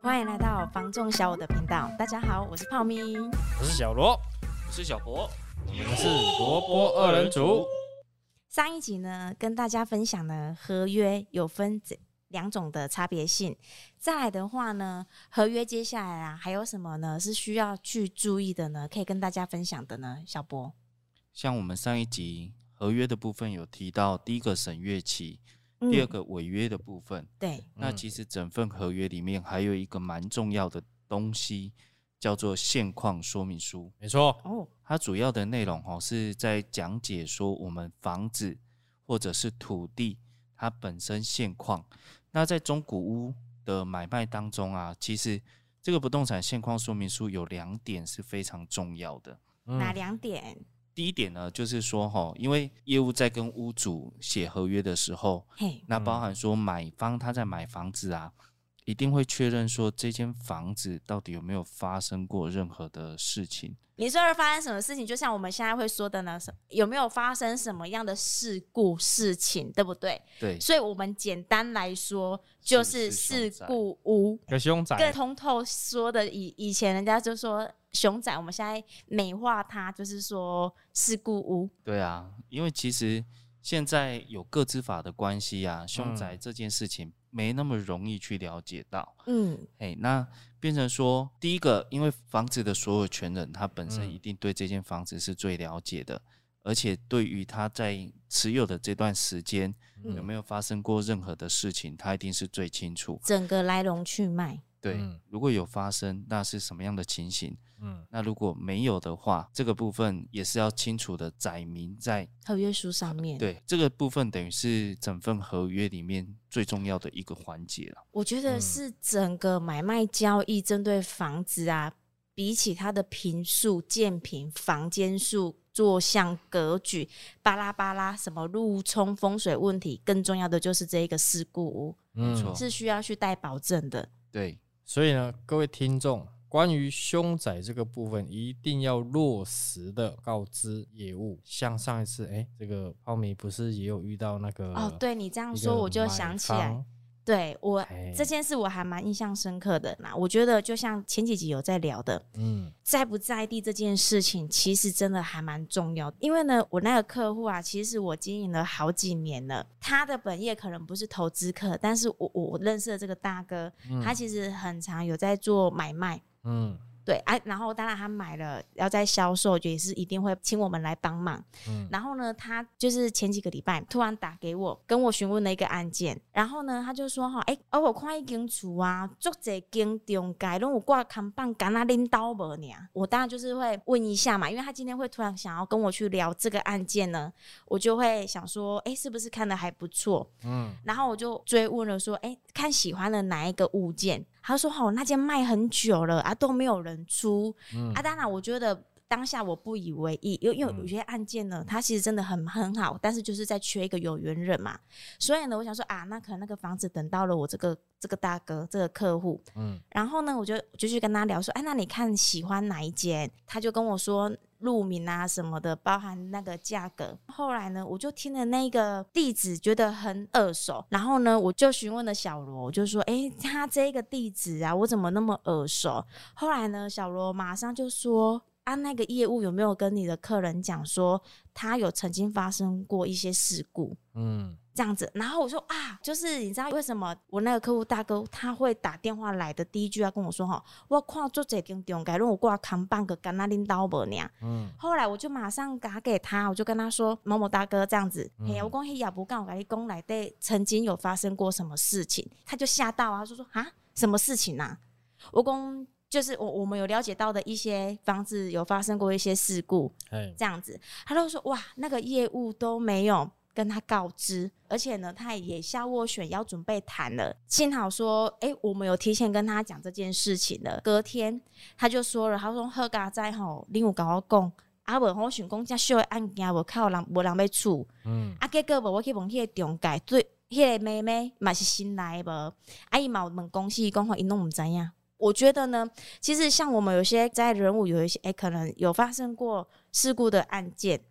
欢迎来到房仲小我的频道。大家好，我是泡咪， 我是小罗， 我是小博， 我们是萝卜二人组。 上一集呢，跟大家分享了合约有分两种的差别性。再来的话呢，合约接下来啊，还有什么呢是需要去注意的呢？可以跟大家分享的呢，小博。 像我们上一集合约的部分有提到，第一个审阅期，第二个违约的部分。 对， 那其实整份合约里面还有一个蛮重要的东西，叫做现况说明书。 没错， 它主要的内容是在讲解说我们房子或者是土地它本身现况。那在中古屋的买卖当中啊，其实这个不动产现况说明书有2点是非常重要的。 哪2点？ 第一点呢，就是说因为业务在跟屋主写合约的时候，那包含说买方他在买房子啊，一定会确认说这间房子到底有没有发生过任何的事情。 你说发生什么事情，就像我们现在会说的呢，有没有发生什么样的事故事情，对不对？ 对， 所以我们简单来说就是事故屋。 个凶宅更通透说的，以前人家就说凶宅，我们现在美化它，就是说事故屋。 对啊，因为其实现在有个资法的关系啊，凶宅这件事情没那么容易去了解到。那变成说，第一个，因为房子的所有权人他本身一定对这间房子是最了解的，而且对于他在持有的这段时间有没有发生过任何的事情，他一定是最清楚整个来龙去脉。 对，如果有发生，那是什么样的情形？那如果没有的话，这个部分也是要清楚的载明在合约书上面。 对，这个部分等于是整份合约里面最重要的一个环节了。 我觉得是整个买卖交易针对房子啊，比起它的坪数、建坪、房间数、坐向、格局、巴拉巴拉什么路冲风水问题，更重要的就是这一个事故屋， 没错， 是需要去带保证的。 对， 所以呢，各位听众，关于凶宅这个部分，一定要落实的告知业务。像上一次，这个泡米不是也有遇到那个？ 对，你这样说我就想起来。对，我这件事我还蛮印象深刻的啦。我觉得就像前几集有在聊的，在不在地这件事情其实真的还蛮重要的。因为呢，我那个客户啊，其实我经营了好几年了，他的本业可能不是投资客，但是我认识的这个大哥，他其实很常有在做买卖，对然后当然他买了要再销售，也是一定会请我们来帮忙。然后呢，他就是前几个礼拜突然打给我，跟我询问了一个案件。然后呢，他就说我看一间厝啊，足侪间中介拢有挂看板，敢若恁兜无尔。我当然就是会问一下嘛，因为他今天会突然想要跟我去聊这个案件呢，我就会想说，是不是看得还不错？然后我就追问了说，看喜欢了哪一个物件？他说那间卖很久了啊，都没有人出。当然我觉得当下我不以为意，因为有些案件呢，它其实真的很好，但是就是在缺一个有缘人嘛。所以呢，我想说那可能那个房子等到了我这个大哥这个客户，然后呢，我就去跟他聊说，那你看喜欢哪一间？他就跟我说路名啊什么的，包含那个价格。后来呢，我就听了那个地址觉得很耳熟，然后呢，我就询问了小罗，我就说他这个地址啊，我怎么那么耳熟？后来呢，小罗马上就说那个业务有没有跟你的客人讲说他有曾经发生过一些事故？这样子。然后我说就是你知道为什么我那个客户大哥他会打电话来的第一句要跟我说我看做这间中介让我挂扛半个干那拎刀不呢？后来我就马上打给他，我就跟他说某某大哥这样子，我讲也不干，我跟你讲来的曾经有发生过什么事情，他就吓到他就说什么事情啊？我讲就是我们有了解到的一些房子有发生过一些事故，这样子，他就说那个业务都没有跟他告知，而且呢，他也下斡旋要准备谈了。幸好说，我们有提前跟他讲这件事情了。隔天他就说了，他说好佳哉你有跟我讲，无我想讲这小的案件无靠人无人要处，结果无我去问迄个中介，对，迄个妹妹嘛是新来的无，伊嘛有问公司讲因拢唔知影。我觉得呢，其实像我们有些在人物有一些可能有发生过事故的案件，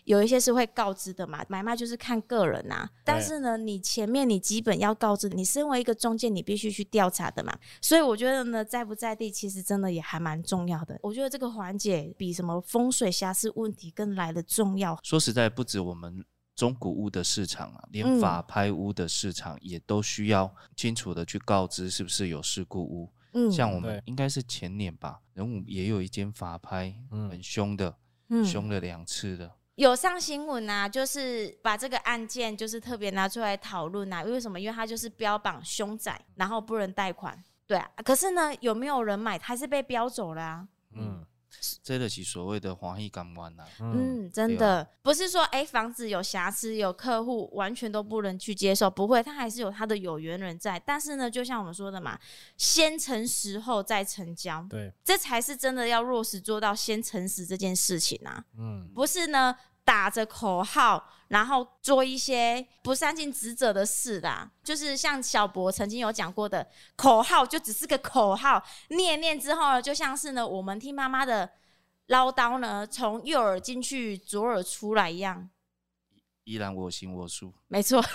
有一些是会告知的嘛，买卖就是看个人啊。但是呢，你前面你基本要告知，你身为一个中介，你必须去调查的嘛。所以我觉得呢，在不在地其实真的也还蛮重要的。我觉得这个环节比什么风水瑕疵问题更来的重要。 说实在，不止我们中古屋的市场啊，连法拍屋的市场也都需要清楚的去告知是不是有事故屋。像我们应该是前年吧，人武也有一间法拍，很凶的，凶了2次的。 有上新闻啊，就是把这个案件就是特别拿出来讨论啊。为什么？因为它就是标榜凶宅，然后不能贷款，对啊。可是呢，有没有人买，还是被标走了啊。 这就是所谓的欢喜甘愿啊。 真的不是说房子有瑕疵，有客户完全都不能去接受，不会，他还是有他的有缘人在。但是呢，就像我们说的嘛，先诚实后再成交， 对， 这才是真的要落实做到先诚实这件事情啊。不是呢打着口号，然后做一些不善尽职责的事啦。就是像小博曾经有讲过的，口号就只是个口号，念念之后呢，就像是呢我们听妈妈的唠叨呢，从右耳进去，左耳出来一样， 依然我行我素。 没错。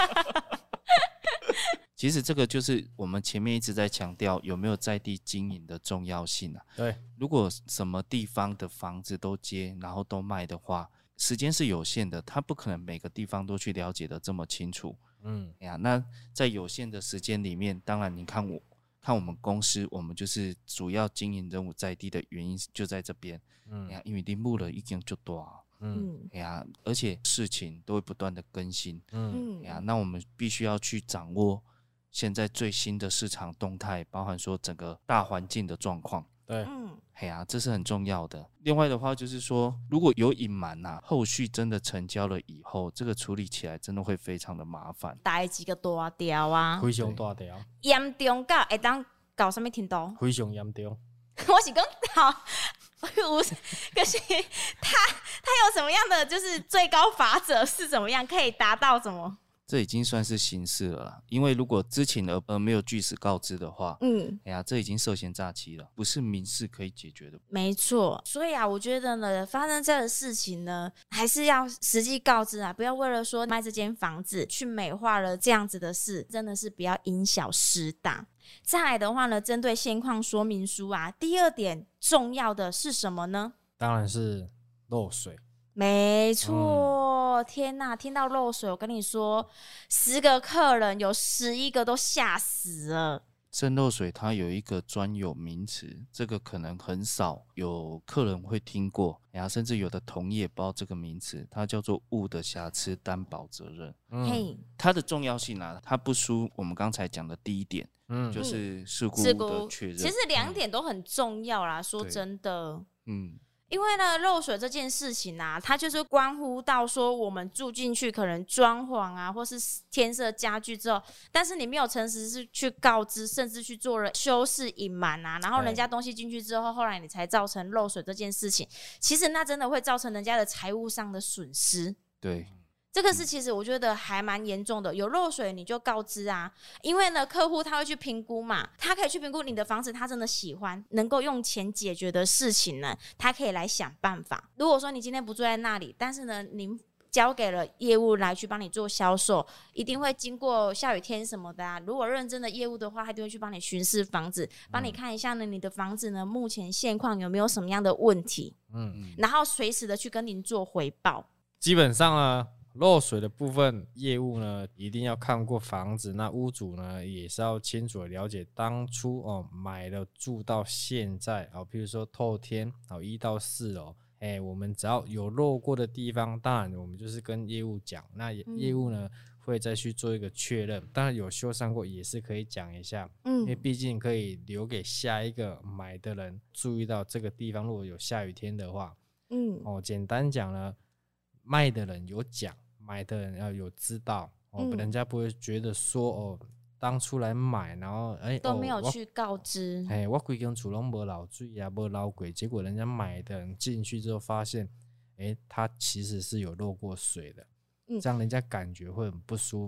其实这个就是我们前面一直在强调有没有在地经营的重要性啊。 对， 如果什么地方的房子都接，然后都卖的话，时间是有限的，他不可能每个地方都去了解的这么清楚。那在有限的时间里面，当然你看我们公司，我们就是主要经营人武在地的原因就在这边。因为你募了已经就多而且事情都会不断的更新。那我们必须要去掌握现在最新的市场动态，包含说整个大环境的状况。 对， 这是很重要的。另外的话就是说，如果有隐瞒后续真的成交了以后，这个处理起来真的会非常的麻烦。 代志个大条啊， 非常大条， 严重到会当搞什么程度？ 非常严重。 我是讲好，可是他有什么样的就是最高法则是怎么样可以达到什么？ 这已经算是刑事了啦，因为如果知情而没有据实告知的话，这已经涉嫌诈欺了，不是民事可以解决的。 没错，所以啊，我觉得呢，发生这样的事情呢，还是要实际告知啊，不要为了说卖这间房子去美化了这样子的事，真的是不要因小失大。再来的话呢，针对现况说明书啊，第二点重要的是什么呢？ 当然是漏水。 没错，天哪！听到漏水，我跟你说，10个客人有11个都吓死了。 渗漏水它有一个专有名词，这个可能很少有客人会听过，甚至有的同业不知道这个名词，它叫做物的瑕疵担保责任。它的重要性它不输我们刚才讲的第一点，就是事故的确认。 其实2点都很重要啦，说真的。因为呢，漏水这件事情啊，它就是关乎到说我们住进去可能装潢啊，或是添设家具之后，但是你没有诚实是去告知，甚至去做了修饰隐瞒啊，然后人家东西进去之后，后来你才造成漏水这件事情，其实那真的会造成人家的财务上的损失。 对。 这个是其实我觉得还蛮严重的，有漏水你就告知啊，因为呢客户他会去评估嘛，他可以去评估你的房子他真的喜欢能够用钱解决的事情呢，他可以来想办法。如果说你今天不住在那里，但是呢您交给了业务来去帮你做销售，一定会经过下雨天什么的啊，如果认真的业务的话，他就会去帮你巡视房子，帮你看一下呢你的房子呢目前现况有没有什么样的问题，然后随时的去跟您做回报。 基本上呢漏水的部分，业务呢一定要看过房子，那屋主呢也是要清楚的了解当初买了住到现在譬如说透天1到4楼，我们只要有漏过的地方，当然我们就是跟业务讲，那业务呢会再去做一个确认，当然有修缮过也是可以讲一下，因为毕竟可以留给下一个买的人注意到这个地方如果有下雨天的话，简单讲呢，卖的人有讲，买的人要有知道，人家不会觉得说当初来买，然后都没有去告知， 我整间厝拢没漏水啊，没漏过，结果人家买的人进去之后发现，它其实是有漏过水的，这样人家感觉会很不舒服。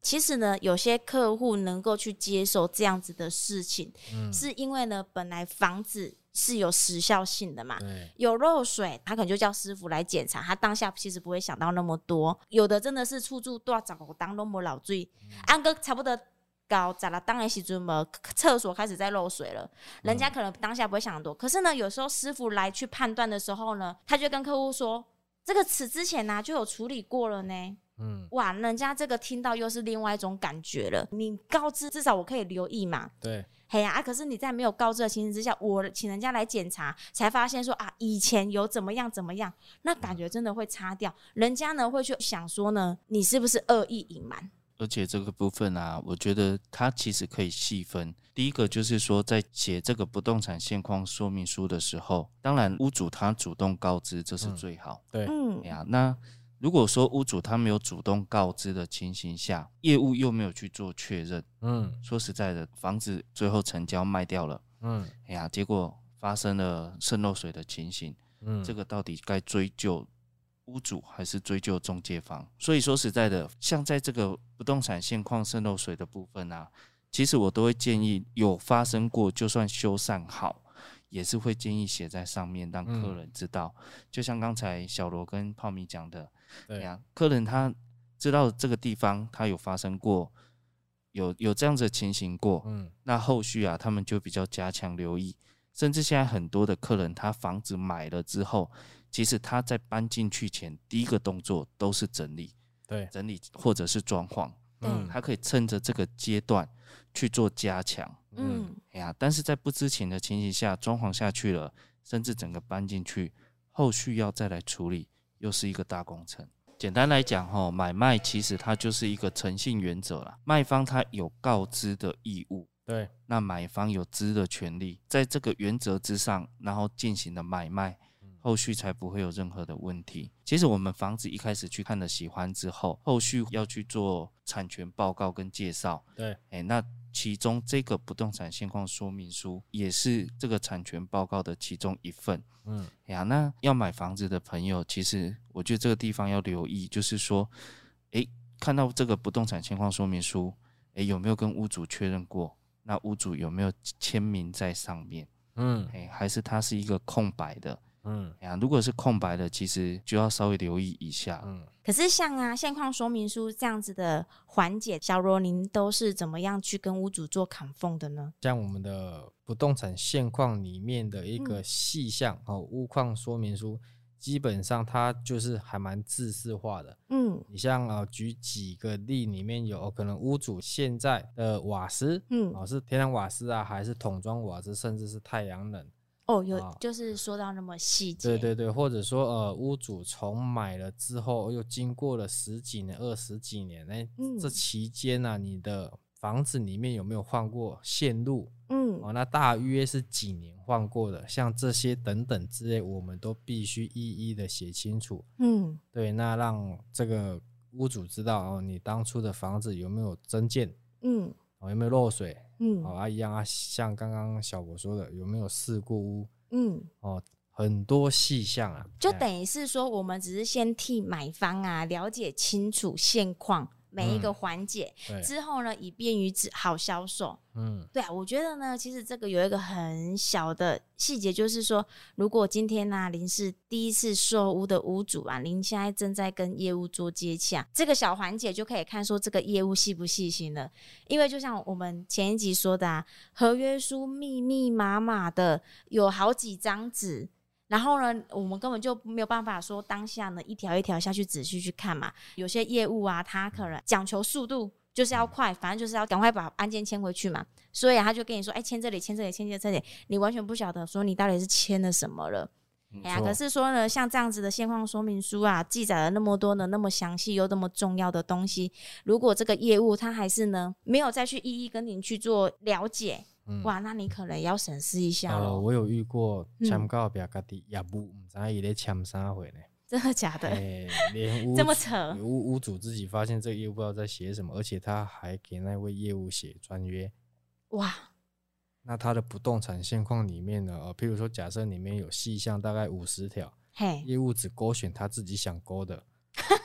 其实呢，有些客户能够去接受这样子的事情，是因为呢，本来房子是有时效性的嘛，有漏水，他可能就叫师傅来检查，他当下其实不会想到那么多。有的真的是厝住多少5当都没漏水，安哥差不多到16当的时阵，厕所开始在漏水了，人家可能当下不会想很多。可是呢，有时候师傅来去判断的时候呢，他就跟客户说，这个此之前就有处理过了呢。哇，人家这个听到又是另外一种感觉了。你告知至少我可以留意嘛。 对， 嘿呀，可是你在没有告知的情形之下，我请人家来检查，才发现说以前有怎么样怎么样，那感觉真的会差掉。人家呢会去想说呢，你是不是恶意隐瞒？ 而且这个部分我觉得它其实可以细分。第一个就是说，在写这个不动产现况说明书的时候，当然屋主他主动告知，这是最好。 对， 那如果说屋主他没有主动告知的情形下，业务又没有去做确认，说实在的，房子最后成交卖掉了，结果发生了渗漏水的情形，这个到底该追究屋主还是追究中介方？所以说实在的，像在这个不动产现况渗漏水的部分其实我都会建议有发生过，就算修缮好，也是会建议写在上面，让客人知道。就像刚才小罗跟泡米讲的，客人他知道这个地方他有发生过，有这样子的情形过，那后续他们就比较加强留意。甚至现在很多的客人，他房子买了之后，其实他在搬进去前第一个动作都是整理，整理或者是装潢，他可以趁着这个阶段去做加强，但是在不知情的情形下，装潢下去了，甚至整个搬进去，后续要再来处理，又是一个大工程。简单来讲买卖其实它就是一个诚信原则啦，卖方他有告知的义务， 对， 那买方有知的权利，在这个原则之上，然后进行的买卖，后续才不会有任何的问题。其实我们房子一开始去看了喜欢之后，后续要去做产权报告跟介绍， 对， 那其中这个不动产现况说明书也是这个产权报告的其中一份。那要买房子的朋友，其实我觉得这个地方要留意，就是说看到这个不动产现况说明书，有没有跟屋主确认过？那屋主有没有签名在上面？还是它是一个空白的？如果是空白的，其实就要稍微留意一下。 可是像现况说明书这样子的环节，小罗您都是怎么样去跟屋主做confirm的呢？ 像我们的不动产现况里面的一个细项屋况说明书，基本上它就是还蛮制式化的。你像举几个例，里面有可能屋主现在的瓦斯是天然瓦斯还是桶装瓦斯，甚至是太阳能。 有就是说到那么细节。 对，或者说屋主重买了之后又经过了10几年20几年，这期间你的房子里面有没有换过线路？那大约是几年换过的？像这些等等之类，我们都必须一一的写清楚。对，那让这个屋主知道你当初的房子有没有增建，有没有漏水，一样像刚刚小博说的，有没有事故屋，很多细项就等于是说，我们只是先替买方了解清楚现况。每一个环节之后呢，以便于好销售。对我觉得呢，其实这个有一个很小的细节，就是说，如果今天您是第一次售屋的屋主您现在正在跟业务做接洽，这个小环节就可以看说这个业务细不细心了。因为就像我们前一集说的合约书密密麻麻的，有好几张纸。然后呢，我们根本就没有办法说当下呢一条一条下去仔细去看嘛。有些业务他可能讲求速度，就是要快，反正就是要赶快把案件签回去嘛。所以他就跟你说，签这里，签这里，签这里，你完全不晓得说你到底是签了什么了。可是说呢，像这样子的现况说明书记载了那么多呢，那么详细又那么重要的东西，如果这个业务他还是呢没有再去一一跟您去做了解。那你可能也要审视一下咯。 我有遇过签到别家的业务不知道他在签啥回呢？ 真的假的？ 连这么扯， 屋主自己发现这个业务不知道在写什么，而且他还给那位业务写专约。哇！那他的不动产现况里面呢，譬如说假设里面有细项大概50条，业务只勾选他自己想勾的。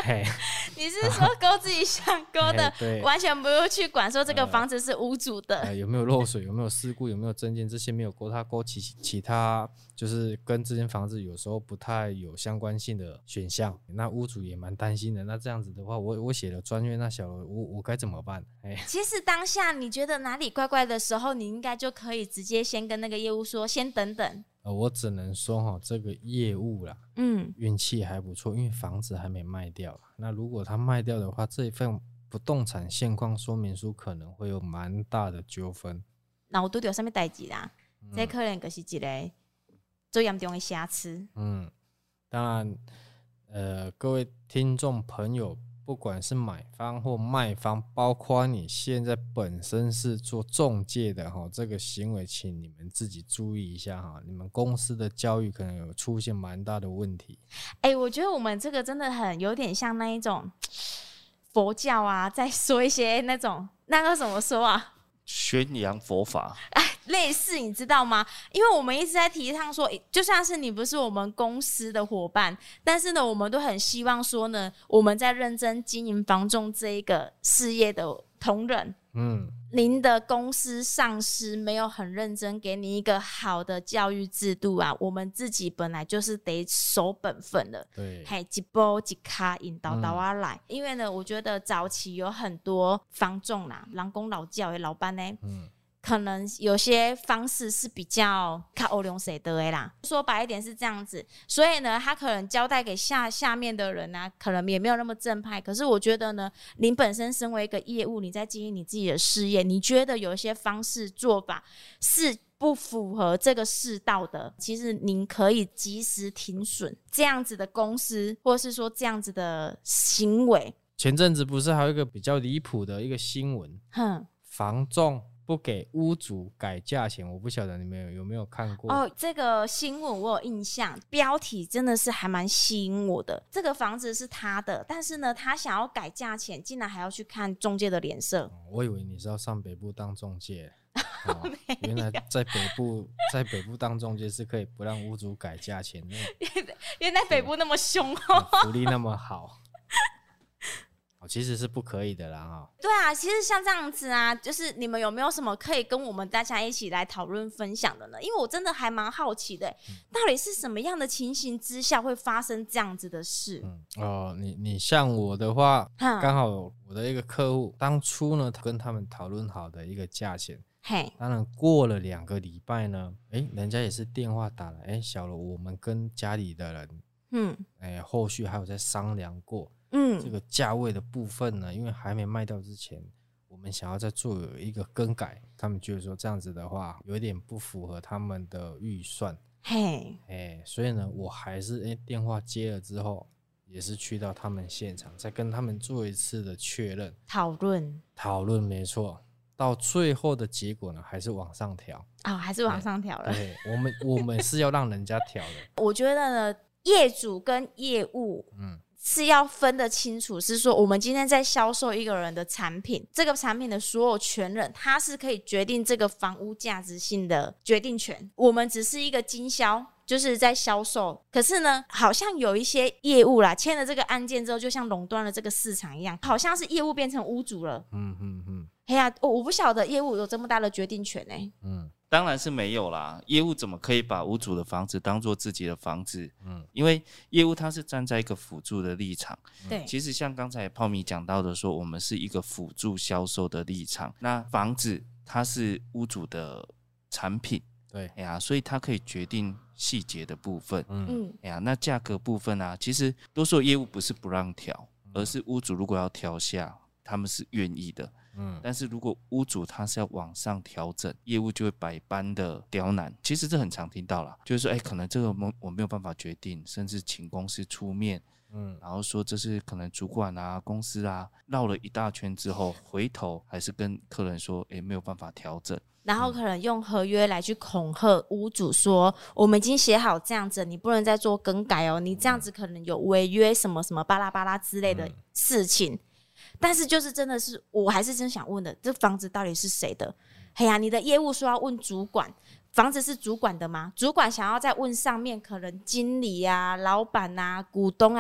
你是说勾自己想勾的，完全不用去管说这个房子是屋主的， 有没有漏水，有没有事故，有没有证件，这些没有勾，他勾其他就是跟这间房子有时候不太有相关性的选项，那屋主也蛮担心的。那这样子的话，我写了专约，那小楼我该怎么办？ 其实当下你觉得哪里怪怪的时候，你应该就可以直接先跟那个业务说，先等等。 我只能说这个业务啦，运气还不错，因为房子还没卖掉。那如果他卖掉的话，这一份不动产现况说明书可能会有蛮大的纠纷。 那有遇到什么代志啦？这可能就是一个最严重的瑕疵。 当然，各位听众朋友，不管是买方或卖方，包括你现在本身是做中介的这个行为，请你们自己注意一下你们公司的教育可能有出现蛮大的问题。 我觉得我们这个真的很有点像那一种佛教啊，在说一些那个怎么说啊？ 宣扬佛法， 类似你知道吗？因为我们一直在提倡说，就像是你不是我们公司的伙伴，但是呢，我们都很希望说呢，我们在认真经营房仲这一个事业的同仁，您的公司上司没有很认真给你一个好的教育制度啊，我们自己本来就是得守本分的， 对， 一步一卡引导到来。因为呢，我觉得早期有很多房仲啦，人讲老教的老板呢，可能有些方式是比较较欧良谁的啦，说白一点是这样子，所以呢，他可能交代给下面的人啊，可能也没有那么正派。可是我觉得呢，您本身身为一个业务，你在经营你自己的事业，你觉得有一些方式做法是不符合这个世道的，其实您可以及时停损这样子的公司，或是说这样子的行为。 前阵子不是还有一个比较离谱的一个新闻，房仲不给屋主改价钱，我不晓得你们有没有看过这个新闻我有印象，标题真的是还蛮吸引我的。这个房子是他的，但是呢，他想要改价钱，竟然还要去看中介的脸色。 我以为你是要上北部当中介原来在北部当中介是可以不让屋主改价钱的。 原来北部那么凶福利那么好。其实是不可以的啦对啊，其实像这样子啊，就是你们有没有什么可以跟我们大家一起来讨论分享的呢？因为我真的还蛮好奇的，到底是什么样的情形之下会发生这样子的事？ 你像我的话，刚好我的一个客户当初呢跟他们讨论好的一个价钱，当然过了2个礼拜呢，人家也是电话打来，小罗，我们跟家里的人，后续还有在商量过。这个价位的部分呢，因为还没卖掉之前，我们想要再做一个更改，他们觉得说这样子的话有点不符合他们的预算，所以呢，我还是电话接了之后，也是去到他们现场，再跟他们做一次的确认讨论， 没错，到最后的结果呢，还是往上调还是往上调了。 对，我们是要让人家调的。 我觉得呢，业主跟业务，是要分得清楚，是说我们今天在销售一个人的产品，这个产品的所有权人，他是可以决定这个房屋价值性的决定权，我们只是一个经销，就是在销售。可是呢，好像有一些业务啦，签了这个案件之后，就像垄断了这个市场一样，好像是业务变成屋主了。我不晓得业务有这么大的决定权当然是没有啦，业务怎么可以把屋主的房子当作自己的房子？因为业务他是站在一个辅助的立场。 对， 其实像刚才泡米讲到的说，我们是一个辅助销售的立场。那房子它是屋主的产品， 对， 所以它可以决定细节的部分。那价格部分啊，其实多数业务不是不让调，而是屋主如果要调下，他们是愿意的。但是如果屋主他是要往上调整，业务就会百般的刁难。其实这很常听到啦，就是说可能这个我没有办法决定，甚至请公司出面，然后说这是可能主管啊公司啊，绕了一大圈之后，回头还是跟客人说没有办法调整， 然后可能用合约来去恐吓屋主说，我们已经写好这样子，你不能再做更改哦，你这样子可能有违约什么什么巴拉巴拉之类的事情。但是就是真的是，我还是真想问的，这房子到底是谁的？你的业务说要问主管，房子是主管的吗？主管想要再问上面可能经理啊、老板啊、股东啊，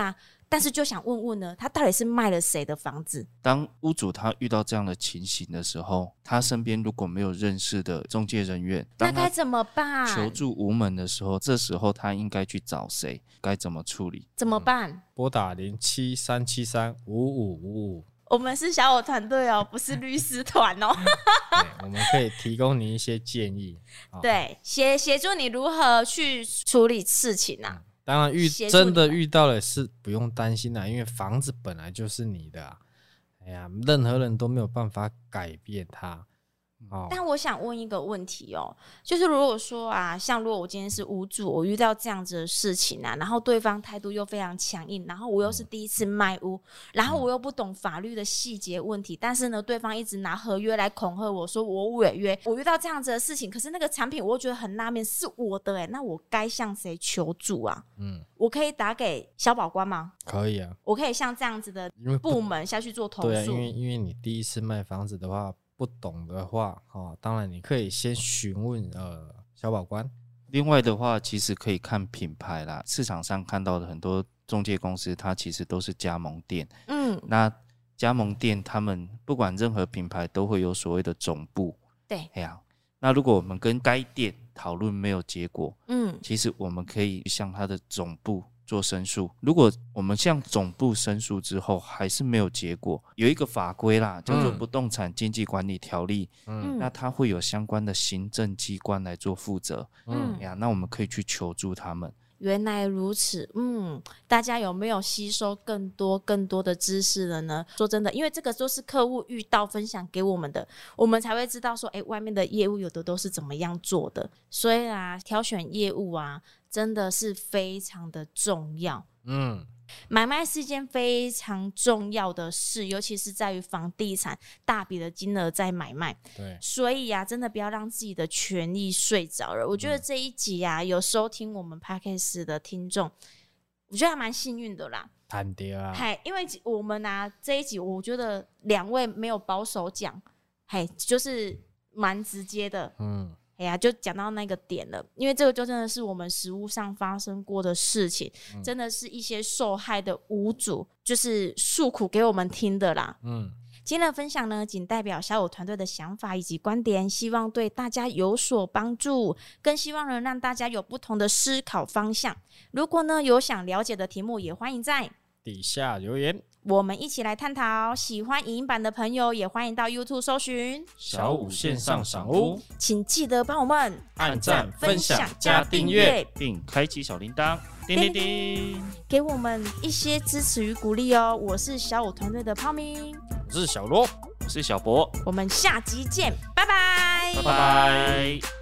但是就想问问呢，他到底是卖了谁的房子？ 当屋主他遇到这样的情形的时候，他身边如果没有认识的中介人员， 那该怎么办？ 求助无门的时候，这时候他应该去找谁？该怎么处理？ 怎么办？ 拨打07-373-5555。 我们是小我团队哦，不是律师团哦。 我们可以提供你一些建议， 对，协助你如何去处理事情啊。 当然真的遇到了是不用担心啦，因为房子本来就是你的啊，哎呀，任何人都没有办法改变它。 但我想问一个问题哦，就是如果说啊，像如果我今天是屋主，我遇到这样子的事情啊，然后对方态度又非常强硬，然后我又是第一次卖屋，然后我又不懂法律的细节问题，但是呢，对方一直拿合约来恐吓我说我违约，我遇到这样子的事情，可是那个产品我又觉得很纳闷，是我的那我该向谁求助啊？我可以打给消保官吗？ 可以啊， 我可以像这样子的部门下去做投诉。 对啊，因为你第一次卖房子的话。不懂的话，当然你可以先询问消保官。 另外的话，其实可以看品牌啦。市场上看到的很多中介公司，它其实都是加盟店。那加盟店他们不管任何品牌都会有所谓的总部。 对， 那如果我们跟该店讨论没有结果，其实我们可以向它的总部做申诉。如果我们向总部申诉之后还是没有结果，有一个法规啦，叫做《不动产经纪管理条例》，那它会有相关的行政机关来做负责。那我们可以去求助他们。 原来如此，大家有没有吸收更多的知识了呢？说真的，因为这个都是客户遇到分享给我们的，我们才会知道说，外面的业务有的都是怎么样做的。所以啊，挑选业务啊，真的是非常的重要。买卖是一件非常重要的事，尤其是在于房地产大笔的金额在买卖。 对， 所以啊，真的不要让自己的权益睡着了。我觉得这一集啊，有收听我们 Podcast 的听众，我觉得还蛮幸运的啦。 谈对啊， 因为我们啊这一集，我觉得两位没有保守讲，就是蛮直接的。就讲到那个点了，因为这个就真的是我们实务上发生过的事情，真的是一些受害的屋主就是诉苦给我们听的啦。今天的分享呢，仅代表小我团队的想法以及观点，希望对大家有所帮助，更希望能让大家有不同的思考方向。如果呢有想了解的题目，也欢迎在底下留言， 我们一起来探讨。喜欢影音版的朋友，也欢迎到 YouTube 搜寻小武线上赏屋， 请记得帮我们按赞、分享、加订阅， 并开启小铃铛，叮叮叮， 给我们一些支持与鼓励哦。我是小武团队的泡明， 我是小罗， 我是小博， 我们下集见，拜拜， 拜拜。